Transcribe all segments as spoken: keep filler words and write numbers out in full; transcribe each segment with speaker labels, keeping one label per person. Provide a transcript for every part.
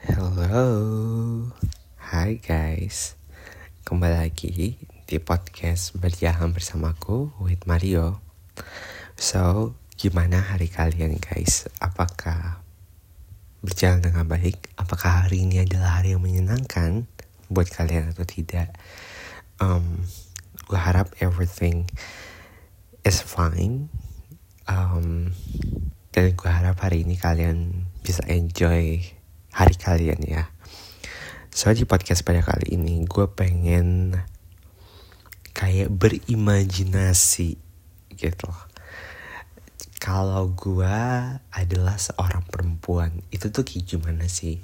Speaker 1: Hello, hai guys, kembali lagi di podcast Berjalan Bersamaku with Mario. So, gimana hari kalian guys? Apakah berjalan dengan baik? Apakah hari ini adalah hari yang menyenangkan buat kalian atau tidak? Um, gue harap everything is fine. Um, dan gue harap hari ini kalian bisa enjoy hari kalian ya. So di podcast pada kali ini gue pengen kayak berimajinasi gitu. Kalau gue adalah seorang perempuan, itu tuh kayak gimana sih?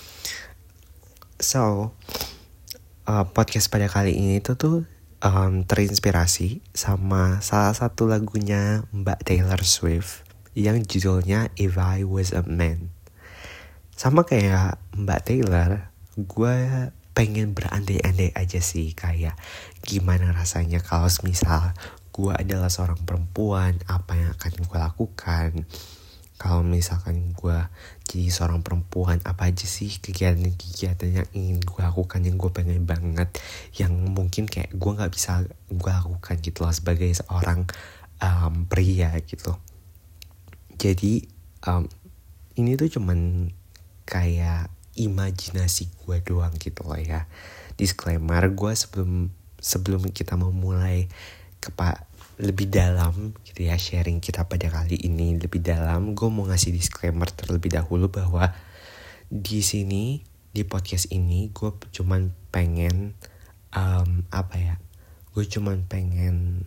Speaker 1: So uh, podcast pada kali ini tuh tuh um, terinspirasi sama salah satu lagunya Mbak Taylor Swift yang judulnya If I Was a Man. Sama kayak Mbak Taylor, gue pengen berandai-andai aja sih kayak gimana rasanya kalau misal gue adalah seorang perempuan, apa yang akan gue lakukan. Kalau misalkan gue jadi seorang perempuan, apa aja sih kegiatan-kegiatan yang ingin gue lakukan, yang gue pengen banget, yang mungkin kayak gue gak bisa gue lakukan gitu loh sebagai seorang um, pria gitu. Jadi um, ini tuh cuman kayak imajinasi gue doang gitu loh ya. Disclaimer, gue sebelum sebelum kita memulai kepa lebih dalam gitu ya, sharing kita pada kali ini lebih dalam, gue mau ngasih disclaimer terlebih dahulu bahwa di sini di podcast ini gue cuman pengen um, apa ya, gue cuman pengen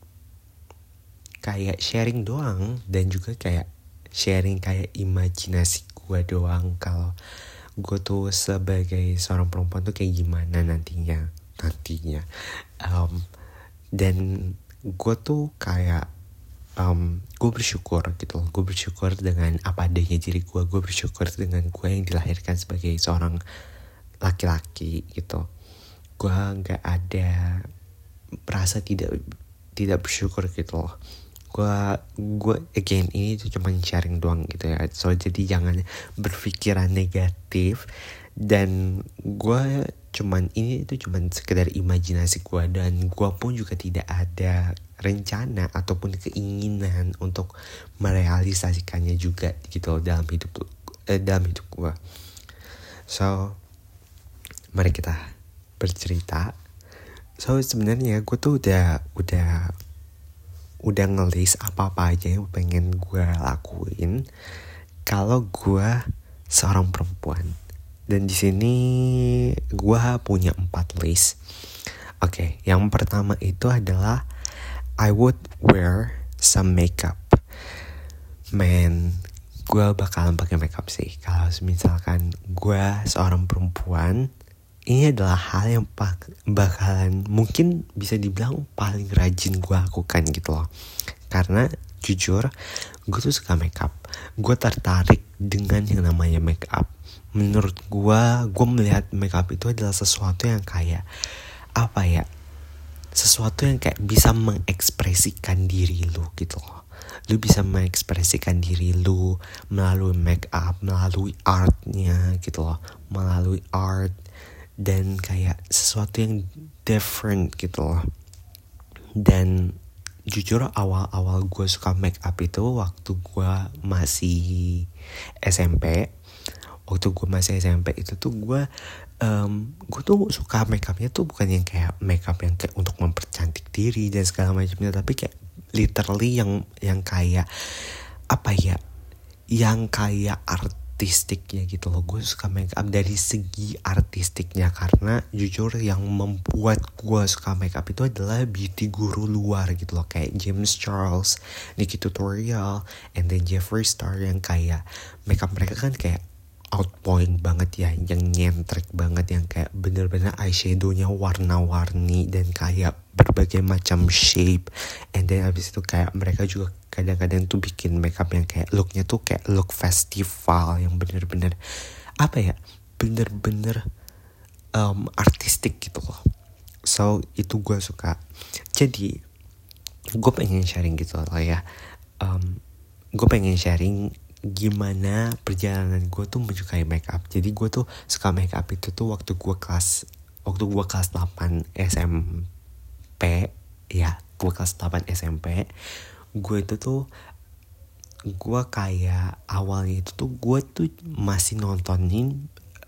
Speaker 1: kayak sharing doang dan juga kayak sharing kayak imajinasi gue doang kalau gue tuh sebagai seorang perempuan tuh kayak gimana nantinya nantinya um, dan gue tuh kayak um, gue bersyukur gitu gue bersyukur dengan apa adanya diri gue gue bersyukur dengan gue yang dilahirkan sebagai seorang laki-laki gitu. Gue nggak ada merasa tidak tidak bersyukur gitu loh. gue gue again ini tuh cuma sharing doang gitu ya, so jadi jangan berpikiran negatif, dan gue cuman ini itu cuman sekedar imajinasi gue, dan gue pun juga tidak ada rencana ataupun keinginan untuk merealisasikannya juga gitu dalam hidup eh, dalam hidup gue. So mari kita bercerita. So sebenarnya gue tuh udah udah udah ngelis apa-apa aja yang pengen gue lakuin kalau gue seorang perempuan. Dan di sini gue punya empat list. Oke, okay, yang pertama itu adalah I would wear some makeup. Man, gue bakalan pakai makeup sih kalau misalkan gue seorang perempuan. Ini adalah hal yang bakalan mungkin bisa dibilang paling rajin gue lakukan gitu loh. Karena jujur gue tuh suka makeup. Gue tertarik dengan yang namanya makeup. Menurut gue, gue melihat makeup itu adalah sesuatu yang kayak apa ya, sesuatu yang kayak bisa mengekspresikan diri lu gitu loh. Lu bisa mengekspresikan diri lu melalui makeup, melalui artnya gitu loh, melalui art. Dan kayak sesuatu yang different gitu loh. Dan jujur awal-awal gue suka make up itu waktu gue masih S M P. Waktu gue masih S M P itu tuh gue um, Gue tuh suka make upnya tuh bukan yang kayak make up yang kayak untuk mempercantik diri dan segala macamnya, tapi kayak literally yang yang kayak apa ya, yang kayak art artistiknya gitu loh. Gue suka make up dari segi artistiknya, karena jujur yang membuat gue suka make up itu adalah beauty guru luar gitu loh, kayak James Charles, Nikki Tutorial, and then Jeffree Star, yang kayak make up mereka kan kayak outpoint banget ya, yang nyentrik banget, yang kayak bener-bener eyeshadownya warna-warni dan kayak berbagai macam shape. And then abis itu kayak mereka juga kadang-kadang tuh bikin makeup yang kayak looknya tuh kayak look festival, yang bener-bener apa ya, bener-bener um, artistik gitu loh. So itu gue suka. Jadi gue pengen sharing gitu loh ya. um, Gue pengen sharing gimana perjalanan gue tuh menyukai make up. Jadi gue tuh suka make up itu tuh waktu gue kelas waktu gue kelas delapan S M P ya, gue kelas delapan S M P. Gue itu tuh gue kayak awalnya itu tuh gue tuh masih nontonin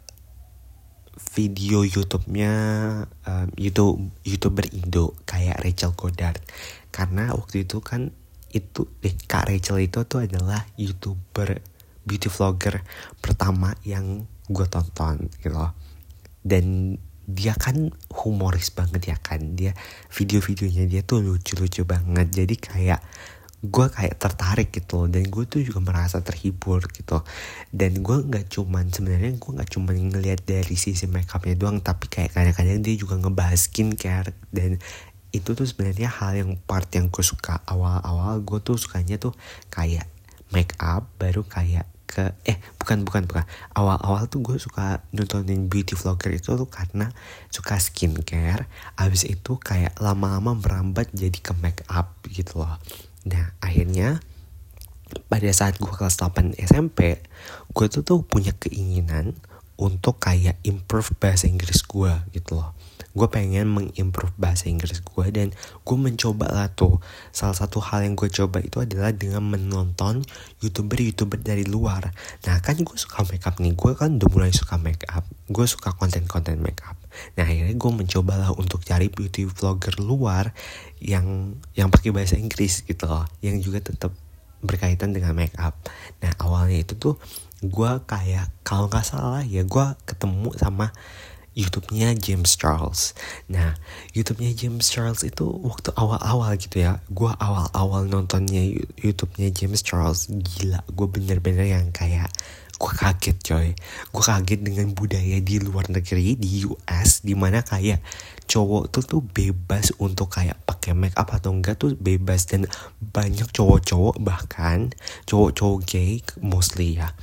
Speaker 1: video YouTube-nya um, YouTube YouTuber Indo kayak Rachel Goddard, karena waktu itu kan itu eh, Kak Rachel itu tuh adalah YouTuber beauty vlogger pertama yang gue tonton gitu loh. Dan dia kan humoris banget ya kan, dia video-videonya dia tuh lucu-lucu banget, jadi kayak gue kayak tertarik gitu, dan gue tuh juga merasa terhibur gitu. Dan gue nggak cuman sebenarnya gue nggak cuman ngelihat dari sisi makeupnya doang, tapi kayak kadang-kadang dia juga ngebahas skincare, dan itu tuh sebenarnya hal yang part yang gue suka. Awal-awal gue tuh sukanya tuh kayak make up, baru kayak ke eh bukan bukan bukan awal-awal tuh gue suka nontonin beauty vlogger itu tuh karena suka skincare. Abis itu kayak lama-lama merambat jadi ke make up gitu loh. Nah akhirnya pada saat gue kelas delapan S M P, gue tuh tuh punya keinginan untuk kayak improve bahasa Inggris gue gitu loh. Gue pengen mengimprove bahasa Inggris gue, dan gue mencoba lah tuh. Salah satu hal yang gue coba itu adalah dengan menonton YouTuber-YouTuber dari luar. Nah kan gue suka make up nih, gue kan udah mulai suka make up, gue suka konten-konten make up. Nah akhirnya gue mencoba lah untuk cari beauty vlogger luar yang yang pakai bahasa Inggris gitu loh, yang juga tetap berkaitan dengan make up. Nah awalnya itu tuh gue kayak kalau nggak salah ya gue ketemu sama YouTube-nya James Charles. Nah, YouTube-nya James Charles itu waktu awal-awal gitu ya, gue awal-awal nontonnya YouTube-nya James Charles, gila, gue bener-bener yang kayak gue kaget coy. Gue kaget dengan budaya di luar negeri, di U S, dimana kayak cowok tuh tuh bebas untuk kayak pakai make up atau enggak tuh bebas, dan banyak cowok-cowok, bahkan cowok-cowok gay mostly ya,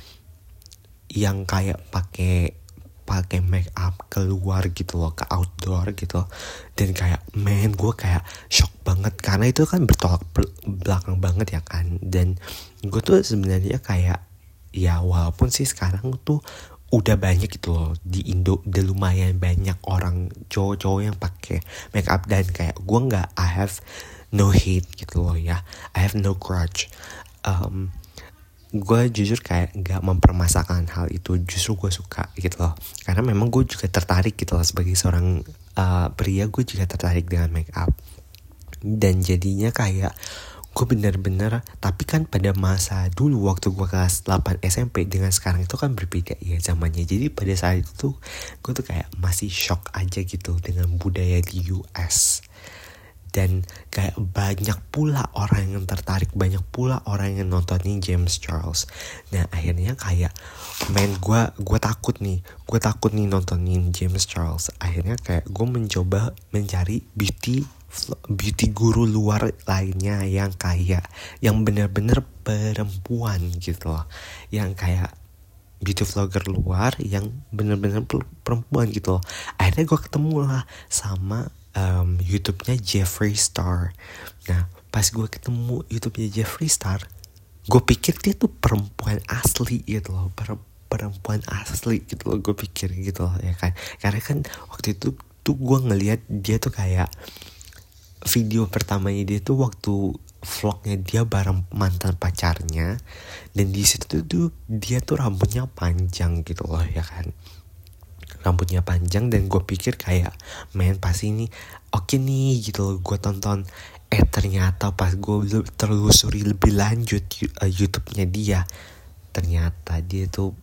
Speaker 1: yang kayak pakai pakai make up keluar gitu loh, ke outdoor gitu. Dan kayak man, gue kayak shock banget karena itu kan bertolak belakang banget ya kan. Dan gue tuh sebenarnya kayak ya walaupun sih sekarang tuh udah banyak gitu loh di Indo, udah lumayan banyak orang cowok-cowok yang pakai make up, dan kayak gue nggak, I have no hate gitu loh ya, I have no grudge. Um, gue jujur kayak gak mempermasalahkan hal itu, justru gue suka gitu loh, karena memang gue juga tertarik gitu loh, sebagai seorang uh, pria gue juga tertarik dengan make up. Dan jadinya kayak gue bener-bener, tapi kan pada masa dulu waktu gue kelas delapan S M P dengan sekarang itu kan berbeda ya zamannya. Jadi pada saat itu tuh gue tuh kayak masih shock aja gitu dengan budaya di U S. Dan kayak banyak pula orang yang tertarik, banyak pula orang yang nontonin James Charles. Nah akhirnya kayak main gue gue takut nih, gue takut nih nontonin James Charles. Akhirnya kayak gue mencoba mencari beauty beauty guru luar lainnya yang kayak yang benar-benar perempuan gitu loh, yang kayak beauty vlogger luar yang benar-benar perempuan gitu loh. Akhirnya gue ketemu lah sama Um, YouTube-nya Jeffree Star. Nah pas gue ketemu YouTube-nya Jeffree Star, gue pikir dia tuh perempuan asli gitu loh, per- perempuan asli gitu loh, gue pikir gitu loh ya kan. Karena kan waktu itu tuh gue ngelihat dia tuh kayak video pertamanya dia tuh waktu vlognya dia bareng mantan pacarnya, dan di situ tuh dia tuh rambutnya panjang gitu loh ya kan, rambutnya panjang. Dan gue pikir kayak main pasti ini oke nih gitu loh, gue tonton. Eh ternyata pas gue telusuri lebih lanjut uh, YouTube-nya dia, ternyata dia tuh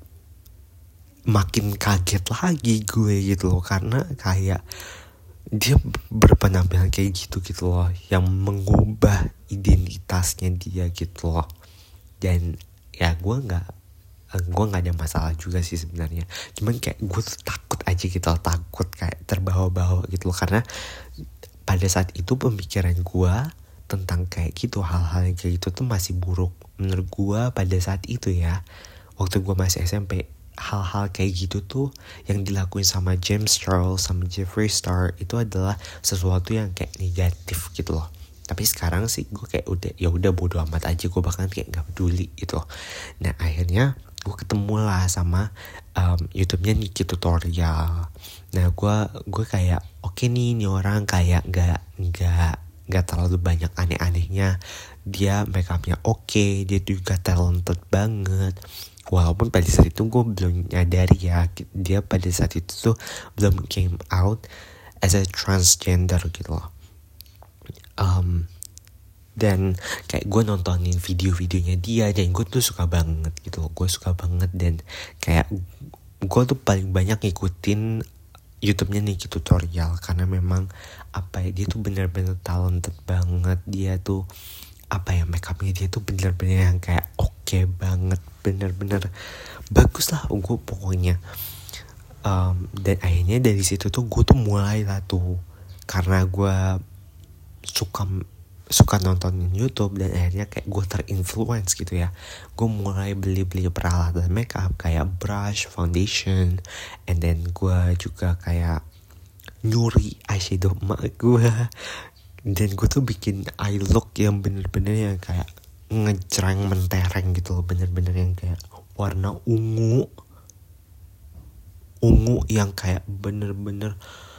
Speaker 1: makin kaget lagi gue gitu loh, karena kayak dia berpenampilan kayak gitu gitu loh, yang mengubah identitasnya dia gitu loh. Dan ya gue nggak gue nggak ada masalah juga sih sebenarnya, cuman kayak gue tuh takut aja gitu loh, takut kayak terbawa-bawa gitu loh, karena pada saat itu pemikiran gue tentang kayak gitu, hal-hal yang kayak gitu tuh masih buruk menurut gue pada saat itu ya, waktu gue masih S M P. Hal-hal kayak gitu tuh yang dilakuin sama James Charles sama Jeffree Star itu adalah sesuatu yang kayak negatif gitu loh. Tapi sekarang sih gue kayak udah ya udah bodo amat aja, gue bahkan kayak nggak peduli gitu. Nah akhirnya gue ketemu lah sama um, YouTube-nya Niki Tutorial. Nah gue gue kayak oke okay nih, ini orang kayak nggak nggak nggak terlalu banyak aneh-anehnya. Dia make upnya oke, okay, dia juga talented banget. Walaupun pada saat itu gue belum nyadari ya, dia pada saat itu tuh belum came out as a transgender gitu loh. Um, dan kayak gue nontonin video-videonya dia dan gue tuh suka banget gitu loh. Gue suka banget dan kayak gue tuh paling banyak ngikutin YouTube-nya Niki Tutorial karena memang apa ya, dia tuh bener-bener talented banget. Dia tuh apa ya, make upnya dia tuh bener-bener yang kayak oke okay banget, bener-bener bagus lah gue pokoknya. Um, dan akhirnya dari situ tuh gue tuh mulai lah tuh, karena gue suka suka nontonin YouTube dan akhirnya kayak gue terinfluence gitu ya. Gue mulai beli-beli peralatan makeup kayak brush, foundation, and then gue juga kayak nyuri eyeshadow emak gue. Dan gue tuh bikin eye look yang bener-bener yang kayak ngejreng mentereng gitu loh, bener-bener yang kayak warna ungu ungu yang kayak bener-bener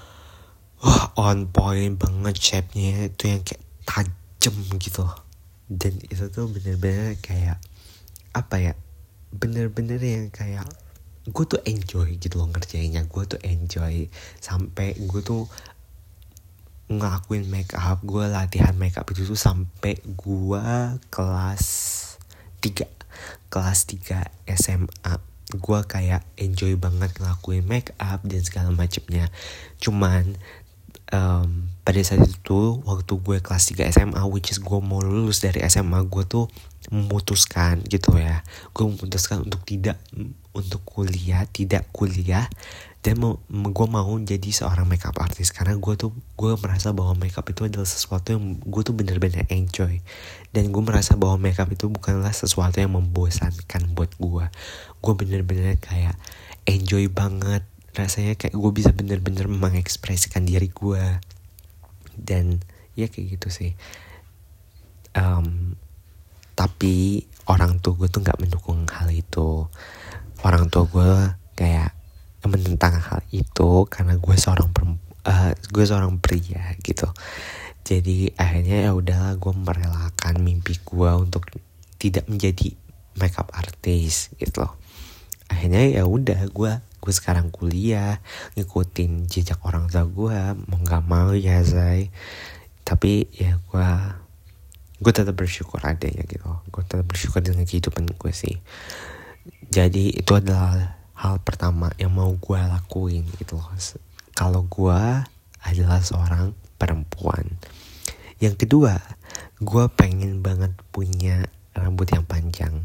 Speaker 1: wah on point banget, shape-nya itu yang kayak tajam gitu. Dan itu tuh bener-bener kayak apa ya, bener-bener yang kayak gue tuh enjoy gitu loh ngerjainnya. Gue tuh enjoy sampai gue tuh ngelakuin make up, gue latihan make up itu tuh sampai gue kelas tiga kelas tiga S M A. Gue kayak enjoy banget ngelakuin make up dan segala macamnya. Cuman um, pada saat itu waktu gue kelas tiga S M A, which is gue mau lulus dari S M A, gue tuh memutuskan gitu ya, gue memutuskan untuk tidak untuk kuliah tidak kuliah dan mau gue mau jadi seorang makeup artist karena gue tuh gue merasa bahwa makeup itu adalah sesuatu yang gue tuh benar-benar enjoy, dan gue merasa bahwa makeup itu bukanlah sesuatu yang membosankan buat gue. Gue benar-benar kayak enjoy banget rasanya, kayak gue bisa benar-benar mengekspresikan diri gue. Dan ya kayak gitu sih. um, Tapi orang tua gue tuh gak mendukung hal itu. Orang tua gue kayak menentang hal itu karena gue seorang perempuan, uh, gue seorang pria gitu. Jadi akhirnya ya udahlah, gue merelakan mimpi gue untuk tidak menjadi makeup artist gitu loh. Akhirnya ya udah, gue gue sekarang kuliah ngikutin jejak orang tua gue, mau nggak mau ya Zai. Tapi ya gue gue tetap bersyukur adanya gitu. Gue tetap bersyukur dengan kehidupan gue sih. Jadi itu adalah hal pertama yang mau gue lakuin gitu loh, kalau gue adalah seorang perempuan. Yang kedua, gue pengen banget punya rambut yang panjang.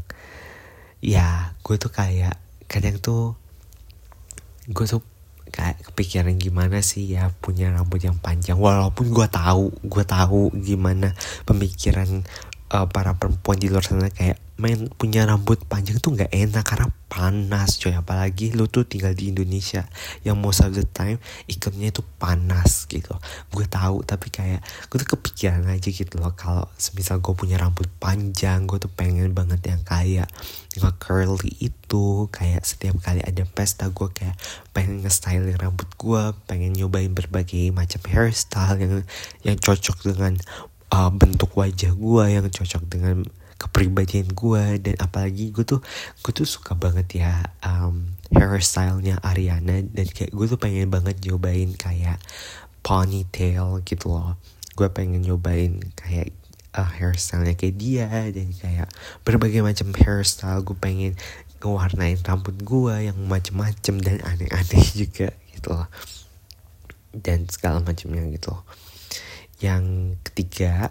Speaker 1: Ya gue tuh kayak kadang tuh gue tuh kayak kepikiran gimana sih ya punya rambut yang panjang. Walaupun gue tahu, gue tahu gimana pemikiran uh, para perempuan di luar sana, kayak main punya rambut panjang tuh nggak enak karena panas coy. Apalagi lu tuh tinggal di Indonesia yang most of the time iklimnya itu panas gitu. Gue tahu, tapi kayak gue tuh kepikiran aja gitu loh, kalau semisal gue punya rambut panjang, gue tuh pengen banget yang kayak nge-curly itu. Kayak setiap kali ada pesta gue kayak pengen nge-styling rambut gue, pengen nyobain berbagai macam hairstyle yang yang cocok dengan uh, bentuk wajah gue, yang cocok dengan kepribadian gue. Dan apalagi gue tuh gue tuh suka banget ya um, hairstylenya Ariana, dan kayak gue tuh pengen banget nyobain kayak ponytail gitu loh. Gue pengen nyobain kayak uh, hairstylenya kayak dia, dan kayak berbagai macam hairstyle. Gue pengen ngewarnain rambut gue yang macem-macem dan aneh-aneh juga gitu loh, dan segala macamnya gitu loh. Yang ketiga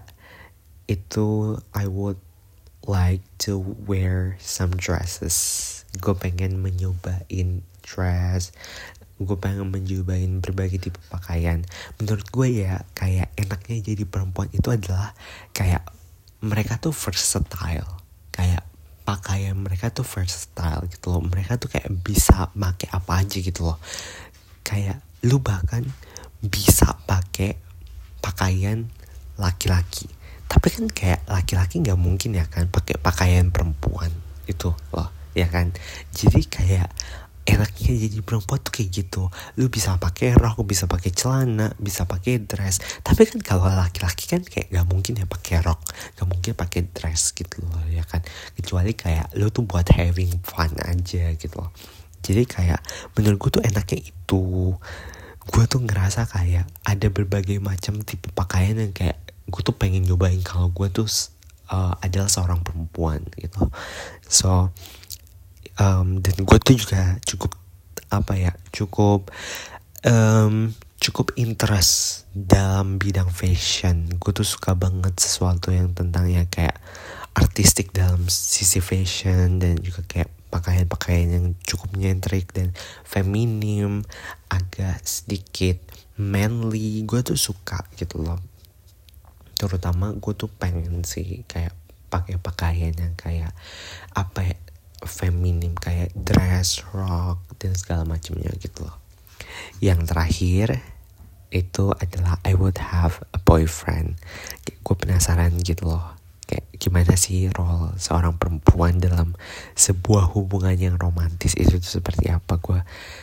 Speaker 1: itu I would like to wear some dresses. Gue pengen mencobain dress. Gue pengen mencobain berbagai tipe pakaian. Menurut gue ya, kayak enaknya jadi perempuan itu adalah kayak mereka tuh versatile. Kayak pakaian mereka tuh versatile gitu loh. Mereka tuh kayak bisa pakai apa aja gitu loh. Kayak lu bahkan bisa pakai pakaian laki-laki. Tapi kan kayak laki-laki nggak mungkin ya kan pakai pakaian perempuan itu loh, ya kan. Jadi kayak enaknya jadi perempuan tuh kayak gitu, lu bisa pakai rok, bisa pakai celana, bisa pakai dress. Tapi kan kalau laki-laki kan kayak gak mungkin ya pakai rok, gak mungkin pakai dress gitu loh, ya kan. Kecuali kayak lu tuh buat having fun aja gitu loh. Jadi kayak menurut gue tuh enaknya itu, gue tuh ngerasa kayak ada berbagai macam tipe pakaian yang kayak gue tuh pengen nyobain kalau gue tuh uh, adalah seorang perempuan gitu. So Um, dan gue tuh juga cukup apa ya cukup um, cukup interest dalam bidang fashion. Gue tuh suka banget sesuatu yang tentang ya kayak artistik dalam sisi fashion, dan juga kayak pakaian-pakaian yang cukup nyentrik dan feminim, agak sedikit manly. Gue tuh suka gitu loh. Terutama gue tuh pengen sih kayak pakai pakaian yang kayak apa ya, feminim, kayak dress, rock, dan segala macamnya gitu loh. Yang terakhir itu adalah I would have a boyfriend. Gue penasaran gitu loh, kayak gimana sih role seorang perempuan dalam sebuah hubungan yang romantis itu tuh seperti apa. Gue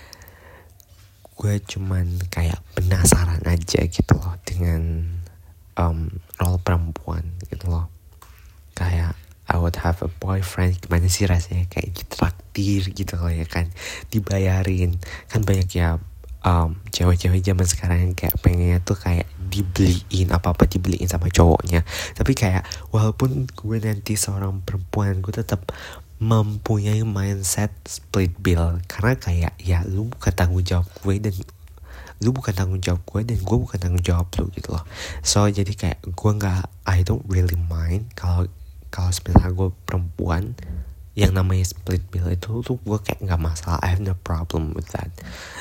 Speaker 1: gue cuman kayak penasaran aja gitu loh dengan um, role perempuan gitu loh. Kayak I would have a boyfriend, gimana sih rasanya kayak ditraktir gitu loh, ya kan, dibayarin. Kan banyak ya um, cewek-cewek zaman sekarang yang kayak pengennya tuh kayak dibeliin, apa-apa dibeliin sama cowoknya. Tapi kayak walaupun gue nanti seorang perempuan, gue tetap mempunyai mindset split bill. Karena kayak ya lu bukan tanggung jawab gue, dan lu bukan tanggung jawab gue, dan gue bukan tanggung jawab lu gitu loh. So jadi kayak gue gak, I don't really mind kalau kalau sebenarnya gue perempuan, yang namanya split bill itu tuh gue kayak nggak masalah. I have no problem with that.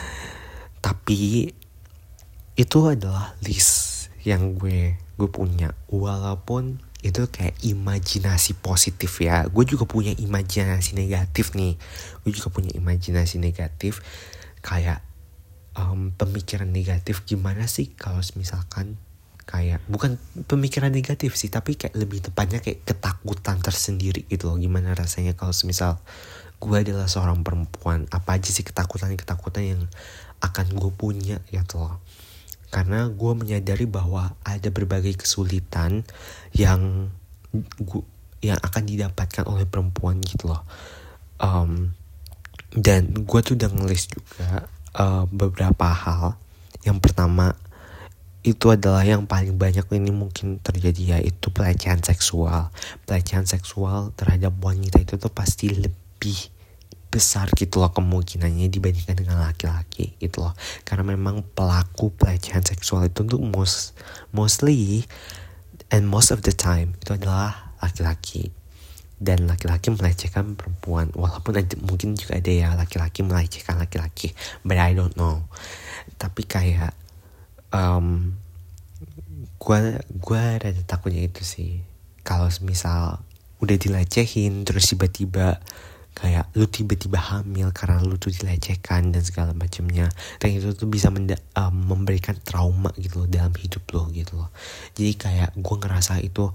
Speaker 1: Tapi itu adalah list yang gue gue punya. Walaupun itu kayak imajinasi positif ya, gue juga punya imajinasi negatif nih. Gue juga punya imajinasi negatif, kayak um, pemikiran negatif. Gimana sih kalau misalkan kayak bukan pemikiran negatif sih, tapi kayak lebih tepatnya kayak ketakutan tersendiri gitu loh. Gimana rasanya kalau semisal gue adalah seorang perempuan, apa aja sih ketakutan-ketakutan yang akan gue punya gitu loh. Karena gue menyadari bahwa ada berbagai kesulitan yang gue, yang akan didapatkan oleh perempuan gitu loh. um, Dan gue tuh udah ngelis juga uh, beberapa hal. Yang pertama itu adalah yang paling banyak ini mungkin terjadi, yaitu pelecehan seksual. Pelecehan seksual terhadap wanita itu tuh pasti lebih besar gitu loh kemungkinannya dibandingkan dengan laki-laki gitu loh. Karena memang pelaku pelecehan seksual itu tuh most, mostly and most of the time itu adalah laki-laki. Dan laki-laki melecehkan perempuan. Walaupun ada, mungkin juga ada ya laki-laki melecehkan laki-laki, but I don't know. Tapi kayak Um, gue gue rada takutnya itu sih, kalau misal udah dilecehin terus tiba-tiba kayak lu tiba-tiba hamil karena lu tuh dilecehkan dan segala macamnya, dan itu tuh bisa menda- um, memberikan trauma gitu loh dalam hidup lo gitu loh. Jadi kayak gue ngerasa itu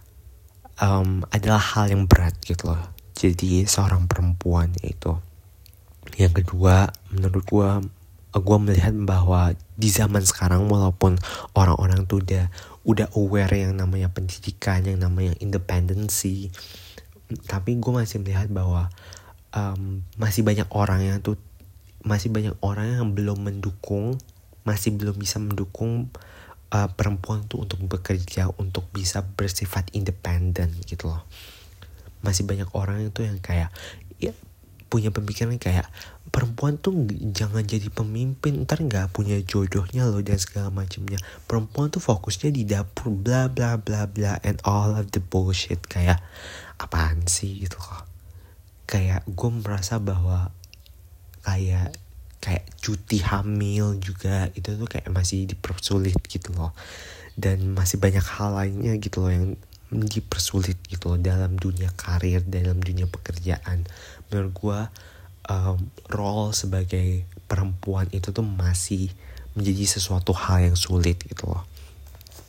Speaker 1: um, adalah hal yang berat gitu loh jadi seorang perempuan itu. Yang kedua, menurut gue gue melihat bahwa di zaman sekarang, walaupun orang-orang tuh udah udah aware yang namanya pendidikan, yang namanya independensi, tapi gue masih melihat bahwa um, masih banyak orang yang tuh masih banyak orang yang belum mendukung, masih belum bisa mendukung uh, perempuan tuh untuk bekerja, untuk bisa bersifat independen gitu loh. Masih banyak orang itu yang kayak ya, punya pemikiran kayak perempuan tuh jangan jadi pemimpin, ntar nggak punya jodohnya loh dan segala macamnya. Perempuan tuh fokusnya di dapur, bla bla bla bla, and all of the bullshit. Kayak apaan sih gitu loh. Kayak gue merasa bahwa kayak kayak cuti hamil juga itu tuh kayak masih dipersulit gitu loh, dan masih banyak hal lainnya gitu loh yang dipersulit gitu loh dalam dunia karir, dalam dunia pekerjaan. Menurut gue um, role sebagai perempuan itu tuh masih menjadi sesuatu hal yang sulit gitu loh.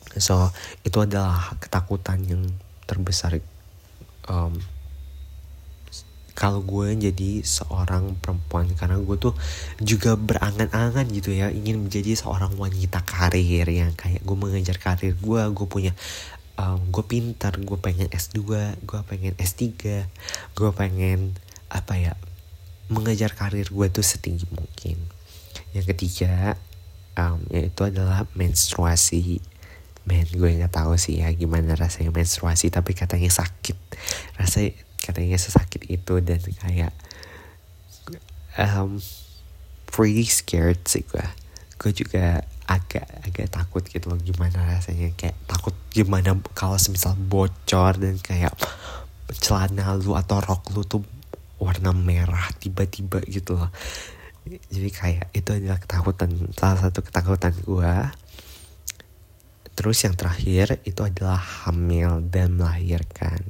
Speaker 1: So itu adalah ketakutan yang terbesar um, kalau gue jadi seorang perempuan, karena gue tuh juga berangan-angan gitu ya, ingin menjadi seorang wanita karir yang kayak gue mengejar karir gue. Gue punya um, gue pintar, gue pengen S dua, gue pengen S tiga, gue pengen apa ya, mengejar karir gue tuh setinggi mungkin. Yang ketiga um, yaitu adalah menstruasi. Men, gue nggak tahu sih ya gimana rasanya menstruasi, tapi katanya sakit, rasanya katanya sesakit itu, dan kayak um, pretty scared sih gue. Gue juga agak agak takut gitu loh, gimana rasanya, kayak takut gimana kalau semisal bocor dan kayak celana lu atau rok lu tuh warna merah tiba-tiba gitu loh. Jadi kayak itu adalah ketakutan, salah satu ketakutan gue. Terus yang terakhir itu adalah hamil dan melahirkan.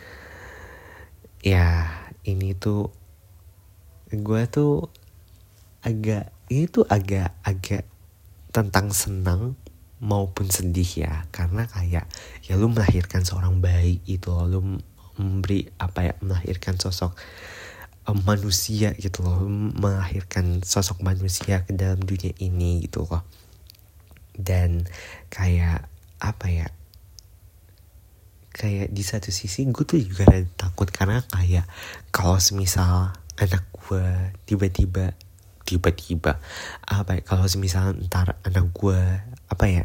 Speaker 1: Ya ini tuh gue tuh agak, ini tuh agak-agak tentang senang maupun sedih ya. Karena kayak ya lu melahirkan seorang bayi itu, lu memberi apa ya, melahirkan sosok um, manusia gitu loh, melahirkan sosok manusia ke dalam dunia ini gitu loh. Dan kayak apa ya, kayak di satu sisi gue tuh juga ada takut, karena kayak kalau semisal anak gue tiba-tiba tiba-tiba apa ya, kalau semisal ntar anak gue apa ya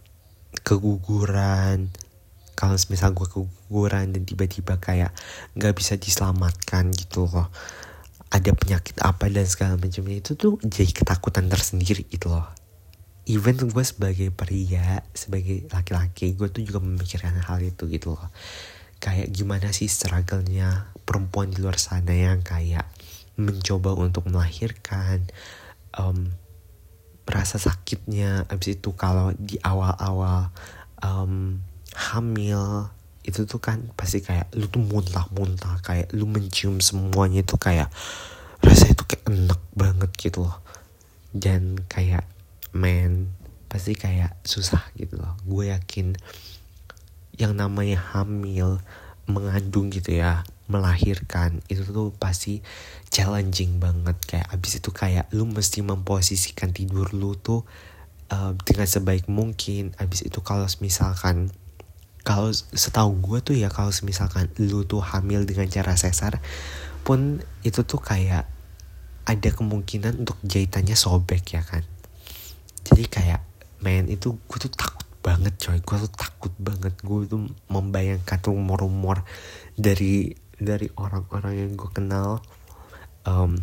Speaker 1: keguguran, kalau semisal gue keguguran dan tiba-tiba kayak nggak bisa diselamatkan gitu loh, ada penyakit apa dan segala macamnya, itu tuh jadi ketakutan tersendiri gitu loh. Even gue sebagai pria, sebagai laki-laki, gue tuh juga memikirkan hal itu gitu loh. Kayak gimana sih struggle-nya perempuan di luar sana yang kayak mencoba untuk melahirkan, um, rasa sakitnya. Abis itu kalau di awal-awal um, hamil, itu tuh kan pasti kayak lu tuh muntah-muntah, kayak lu mencium semuanya itu kayak rasanya tuh kayak enak banget gitu loh. Dan kayak men, pasti kayak susah gitu loh. Gue yakin yang namanya hamil, mengandung gitu ya, melahirkan, itu tuh pasti challenging banget. Kayak abis itu kayak lu mesti memposisikan tidur lu tuh uh, dengan sebaik mungkin. Abis itu kalau misalkan, kalau setahu gue tuh ya, kalau misalkan lu tuh hamil dengan cara sesar pun, itu tuh kayak ada kemungkinan untuk jahitannya sobek ya kan. Jadi kayak men, itu gue tuh takut banget coy, gue tuh takut banget. Gue tuh membayangkan rumor-rumor dari dari orang-orang yang gue kenal, um,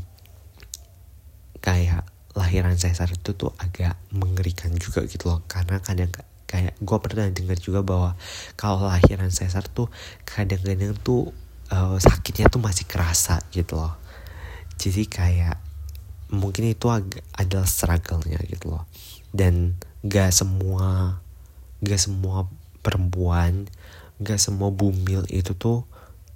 Speaker 1: kayak lahiran sesar itu tuh agak mengerikan juga gitu loh. Karena kadang kayak gue pernah dengar juga bahwa kalau lahiran sesar tuh kadang-kadang tuh uh, sakitnya tuh masih kerasa gitu loh. Jadi kayak mungkin itu agak adalah struggle-nya gitu loh. Dan gak semua gak semua perempuan, gak semua bumil itu tuh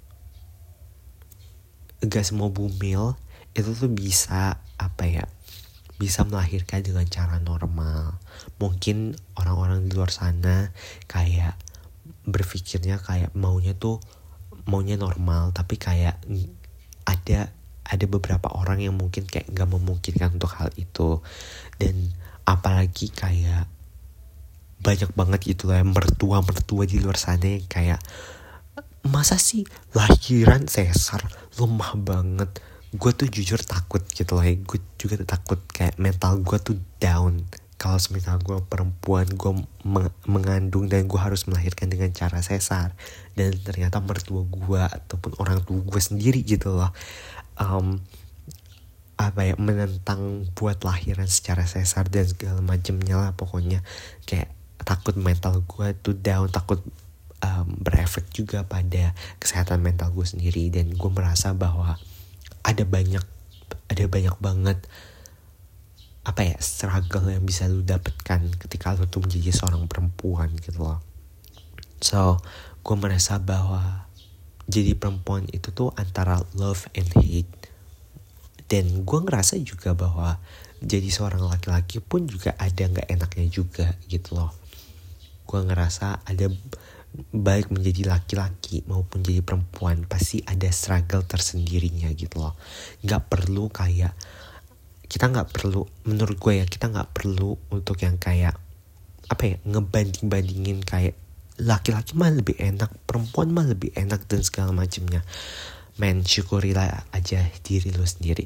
Speaker 1: gak semua bumil itu tuh bisa apa ya, bisa melahirkan dengan cara normal. Mungkin orang-orang di luar sana kayak berpikirnya kayak maunya tuh maunya normal, tapi kayak ada ada beberapa orang yang mungkin kayak gak memungkinkan untuk hal itu. Dan apalagi kayak banyak banget gitu lah mertua-mertua di luar sana yang kayak, masa sih lahiran sesar, lemah banget. Gue tuh jujur takut gitu lah, gue juga takut, kayak mental gue tuh down kalau semisal gue perempuan, gue meng- mengandung dan gue harus melahirkan dengan cara sesar, dan ternyata mertua gue ataupun orang tua gue sendiri gitu loh um, apa ya, menentang buat lahiran secara sesar dan segala macamnya lah. Pokoknya kayak takut mental gue tuh down, takut um, berefek juga pada kesehatan mental gue sendiri. Dan gue merasa bahwa ada banyak ada banyak banget apa ya, struggle yang bisa lu dapatkan ketika lu tuh menjadi seorang perempuan gitu loh. So gue merasa bahwa jadi perempuan itu tuh antara love and hate. Dan gue ngerasa juga bahwa jadi seorang laki-laki pun juga ada gak enaknya juga gitu loh. gue ngerasa ada baik menjadi laki-laki maupun jadi perempuan pasti ada struggle tersendirinya gitu loh. Nggak perlu kayak kita nggak perlu, menurut gue ya, kita nggak perlu untuk yang kayak apa ya, ngebanding-bandingin kayak laki-laki mah lebih enak, perempuan mah lebih enak dan segala macamnya. Men, syukurilah aja diri lo sendiri.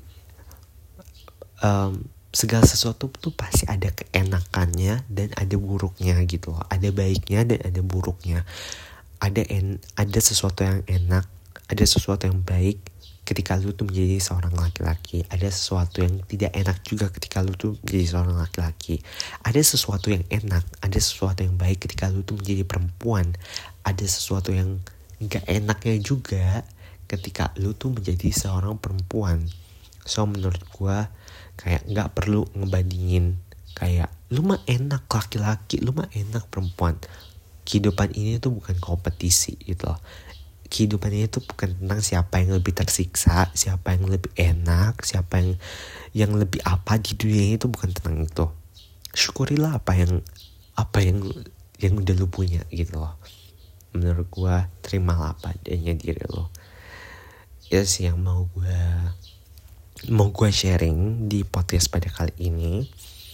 Speaker 1: Um, segala sesuatu tuh pasti ada keenakannya dan ada buruknya gitu loh. Ada baiknya dan ada buruknya. Ada en, ada sesuatu yang enak, ada sesuatu yang baik ketika lu tuh menjadi seorang laki-laki. Ada sesuatu yang tidak enak juga ketika lu tuh menjadi seorang laki-laki. Ada sesuatu yang enak, ada sesuatu yang baik ketika lu tuh menjadi perempuan. Ada sesuatu yang gak enaknya juga ketika lu tuh menjadi seorang perempuan. So menurut gua kayak gak perlu ngebandingin kayak lu mah enak laki-laki, lu mah enak perempuan. Kehidupan ini tuh bukan kompetisi gitu loh. Kehidupan ini tuh bukan tentang siapa yang lebih tersiksa, siapa yang lebih enak, siapa yang yang lebih apa di dunia ini tuh bukan tentang itu. Syukurilah apa yang apa yang yang udah lu punya gitu loh. Menurut gua terimalah apa adanya diri lo. Itu sih yang mau gua mau gua sharing di podcast pada kali ini.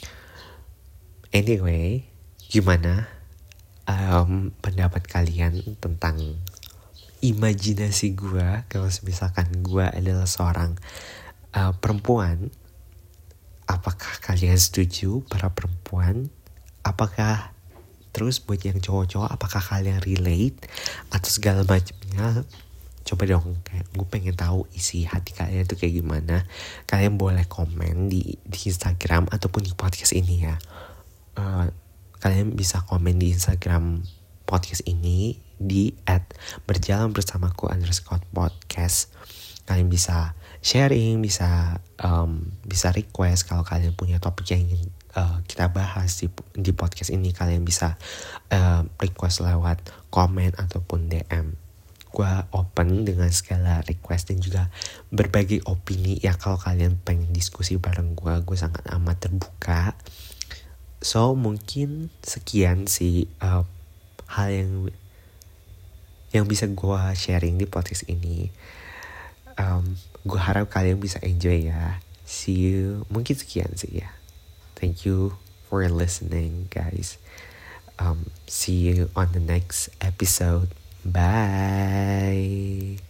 Speaker 1: Anyway, gimana um, pendapat kalian tentang imajinasi gue kalau misalkan gue adalah seorang uh, perempuan? Apakah kalian setuju para perempuan? Apakah terus buat yang cowok-cowok, apakah kalian relate atau segala macamnya? Coba dong, kayak gue pengen tahu isi hati kalian tuh kayak gimana. Kalian boleh komen di di Instagram ataupun di podcast ini ya. Uh, kalian bisa komen di Instagram podcast ini di at berjalan bersamaku underscore podcast. Kalian bisa sharing, bisa um, bisa request kalau kalian punya topik yang ingin uh, kita bahas di di podcast ini. Kalian bisa uh, request lewat komen ataupun D M. Gua open dengan segala request dan juga berbagai opini ya. Kalau kalian pengen diskusi bareng gua, gue sangat amat terbuka. So mungkin sekian sih uh, hal yang yang bisa gue sharing di podcast ini. um, Gue harap kalian bisa enjoy ya. See you. Mungkin sekian sih ya. Thank you for listening guys. um, See you on the next episode. Bye.